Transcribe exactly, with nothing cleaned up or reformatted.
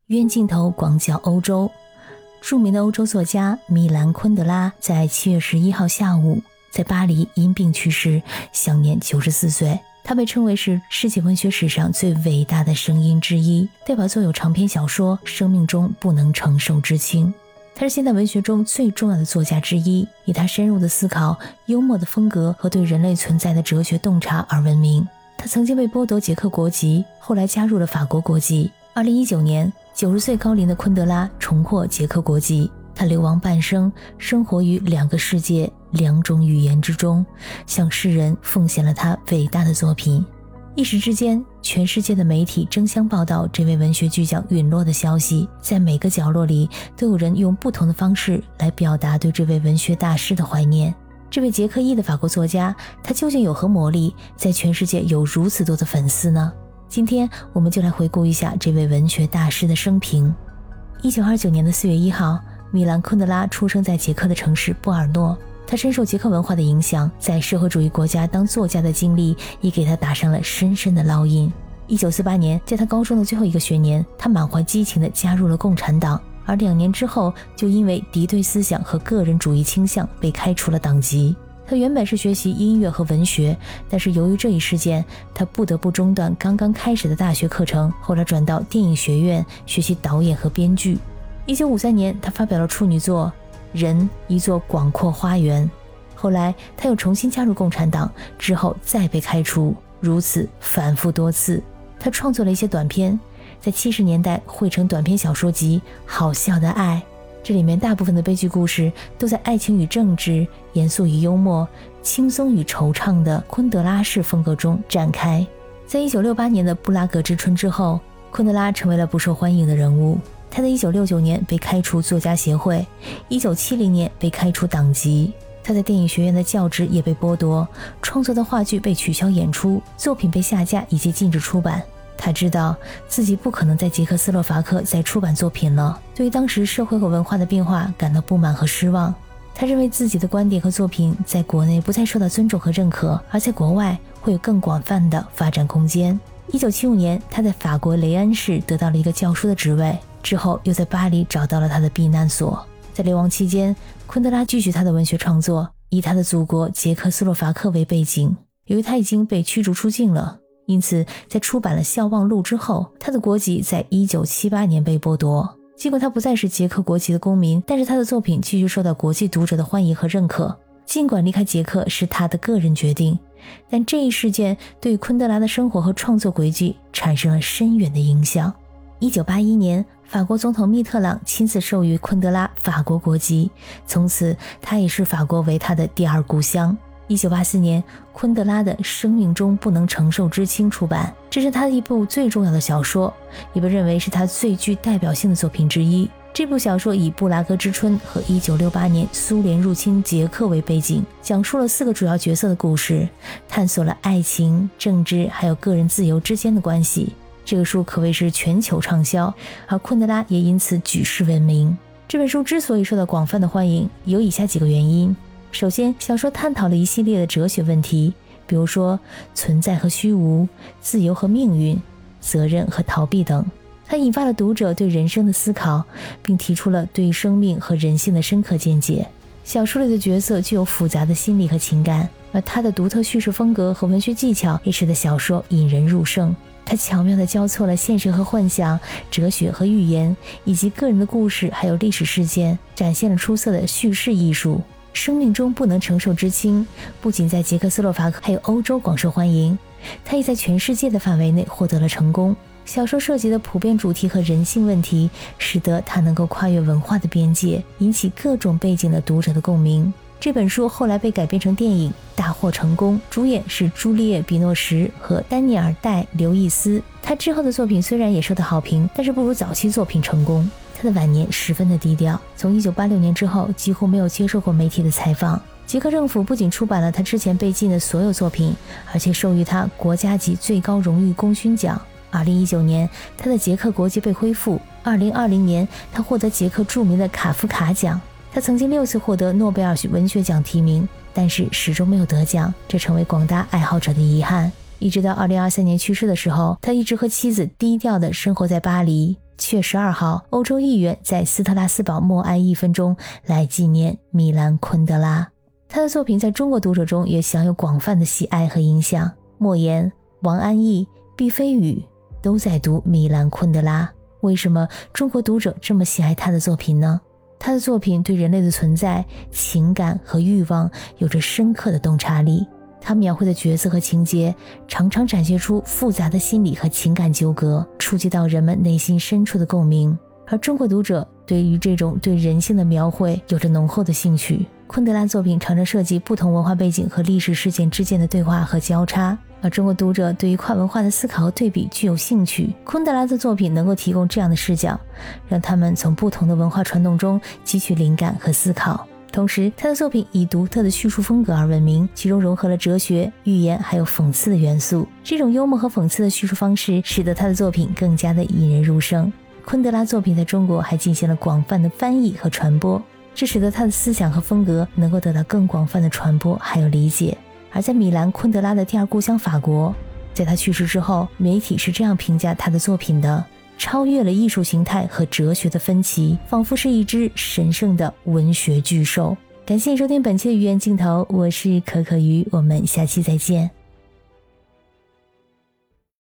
冤镜头广角欧洲。著名的欧洲作家米兰昆德拉在七月十一号下午在巴黎因病去世，享年九十四岁。他被称为是世界文学史上最伟大的声音之一，代表作有长篇小说《生命中不能承受之轻》。他是现代文学中最重要的作家之一，以他深入的思考、幽默的风格和对人类存在的哲学洞察而闻名。他曾经被剥夺捷克国籍，后来加入了法国国籍。二零一九年，九十岁高龄的昆德拉重获捷克国籍。他流亡半生，生活于两个世界、两种语言之中，向世人奉献了他伟大的作品。一时之间，全世界的媒体争相报道这位文学巨匠陨落的消息，在每个角落里都有人用不同的方式来表达对这位文学大师的怀念。这位捷克裔的法国作家，他究竟有何魔力，在全世界有如此多的粉丝呢？今天我们就来回顾一下这位文学大师的生平。一九二九年的四月一号，米兰昆德拉出生在捷克的城市布尔诺。他深受捷克文化的影响，在社会主义国家当作家的经历也给他打上了深深的烙印。一九四八年，在他高中的最后一个学年，他满怀激情地加入了共产党，而两年之后就因为敌对思想和个人主义倾向被开除了党籍。他原本是学习音乐和文学，但是由于这一事件，他不得不中断刚刚开始的大学课程，后来转到电影学院学习导演和编剧。一九五三年，他发表了处女作《人：一座广阔花园》。后来他又重新加入共产党，之后再被开除，如此反复多次。他创作了一些短篇，在七十年代汇成短篇小说集《好笑的爱》，这里面大部分的悲剧故事都在爱情与政治、严肃与幽默、轻松与惆怅的昆德拉式风格中展开。在一九六八年的布拉格之春之后，昆德拉成为了不受欢迎的人物。他在一九六九年被开除作家协会，一九七零年被开除党籍。他在电影学院的教职也被剥夺，创作的话剧被取消演出，作品被下架以及禁止出版。他知道自己不可能在捷克斯洛伐克再出版作品了，对于当时社会和文化的变化感到不满和失望。他认为自己的观点和作品在国内不再受到尊重和认可，而在国外会有更广泛的发展空间。一九七五年，他在法国雷恩市得到了一个教书的职位，之后又在巴黎找到了他的避难所。在流亡期间，昆德拉继续他的文学创作，以他的祖国捷克斯洛伐克为背景。由于他已经被驱逐出境了，因此在出版了《笑忘录》之后，他的国籍在一九七八年被剥夺。尽管他不再是捷克国籍的公民，但是他的作品继续受到国际读者的欢迎和认可。尽管离开捷克是他的个人决定，但这一事件对昆德拉的生活和创作轨迹产生了深远的影响。一九八一年，法国总统密特朗亲自授予昆德拉法国国籍，从此他也视法国为他的第二故乡。一九八四年，昆德拉的《生命中不能承受之轻》出版，这是他的一部最重要的小说，也被认为是他最具代表性的作品之一。这部小说以布拉格之春和一九六八年苏联入侵捷克为背景，讲述了四个主要角色的故事，探索了爱情、政治还有个人自由之间的关系。这个书可谓是全球畅销，而昆德拉也因此举世闻名。这本书之所以受到广泛的欢迎，有以下几个原因。首先，小说探讨了一系列的哲学问题，比如说存在和虚无、自由和命运、责任和逃避等。它引发了读者对人生的思考，并提出了对生命和人性的深刻见解。小说里的角色具有复杂的心理和情感，而它的独特叙事风格和文学技巧也使得小说引人入胜。它巧妙地交错了现实和幻想、哲学和寓言，以及个人的故事还有历史事件，展现了出色的叙事艺术。生命中不能承受之轻不仅在捷克斯洛伐克还有欧洲广受欢迎，它也在全世界的范围内获得了成功。小说涉及的普遍主题和人性问题，使得它能够跨越文化的边界，引起各种背景的读者的共鸣。这本书后来被改编成电影，大获成功，主演是朱丽叶·比诺什和丹尼尔·戴·刘易斯。他之后的作品虽然也受到好评，但是不如早期作品成功。他的晚年十分的低调，从一九八六年之后几乎没有接受过媒体的采访。捷克政府不仅出版了他之前被禁的所有作品，而且授予他国家级最高荣誉功勋奖。二零一九年，他的捷克国籍被恢复。二零二零年，他获得捷克著名的卡夫卡奖。他曾经六次获得诺贝尔文学奖提名，但是始终没有得奖，这成为广大爱好者的遗憾。一直到二零二三年去世的时候，他一直和妻子低调地生活在巴黎。 七月十二号，欧洲议员在斯特拉斯堡默哀一分钟，来纪念米兰昆德拉。他的作品在中国读者中也享有广泛的喜爱和影响。莫言、王安忆、毕飞宇都在读米兰昆德拉。为什么中国读者这么喜爱他的作品呢？他的作品对人类的存在、情感和欲望有着深刻的洞察力。他描绘的角色和情节常常展现出复杂的心理和情感纠葛，触及到人们内心深处的共鸣。而中国读者对于这种对人性的描绘有着浓厚的兴趣。昆德拉作品常常涉及不同文化背景和历史事件之间的对话和交叉，而中国读者对于跨文化的思考和对比具有兴趣。昆德拉的作品能够提供这样的视角，让他们从不同的文化传统中汲取灵感和思考。同时，他的作品以独特的叙述风格而闻名，其中融合了哲学、寓言还有讽刺的元素。这种幽默和讽刺的叙述方式使得他的作品更加的引人入胜。昆德拉作品在中国还进行了广泛的翻译和传播，这使得他的思想和风格能够得到更广泛的传播还有理解。而在米兰昆德拉的第二故乡法国，在他去世之后，媒体是这样评价他的作品的：超越了艺术形态和哲学的分歧，仿佛是一只神圣的文学巨兽。感谢收听本期的语言镜头，我是可可鱼，我们下期再见。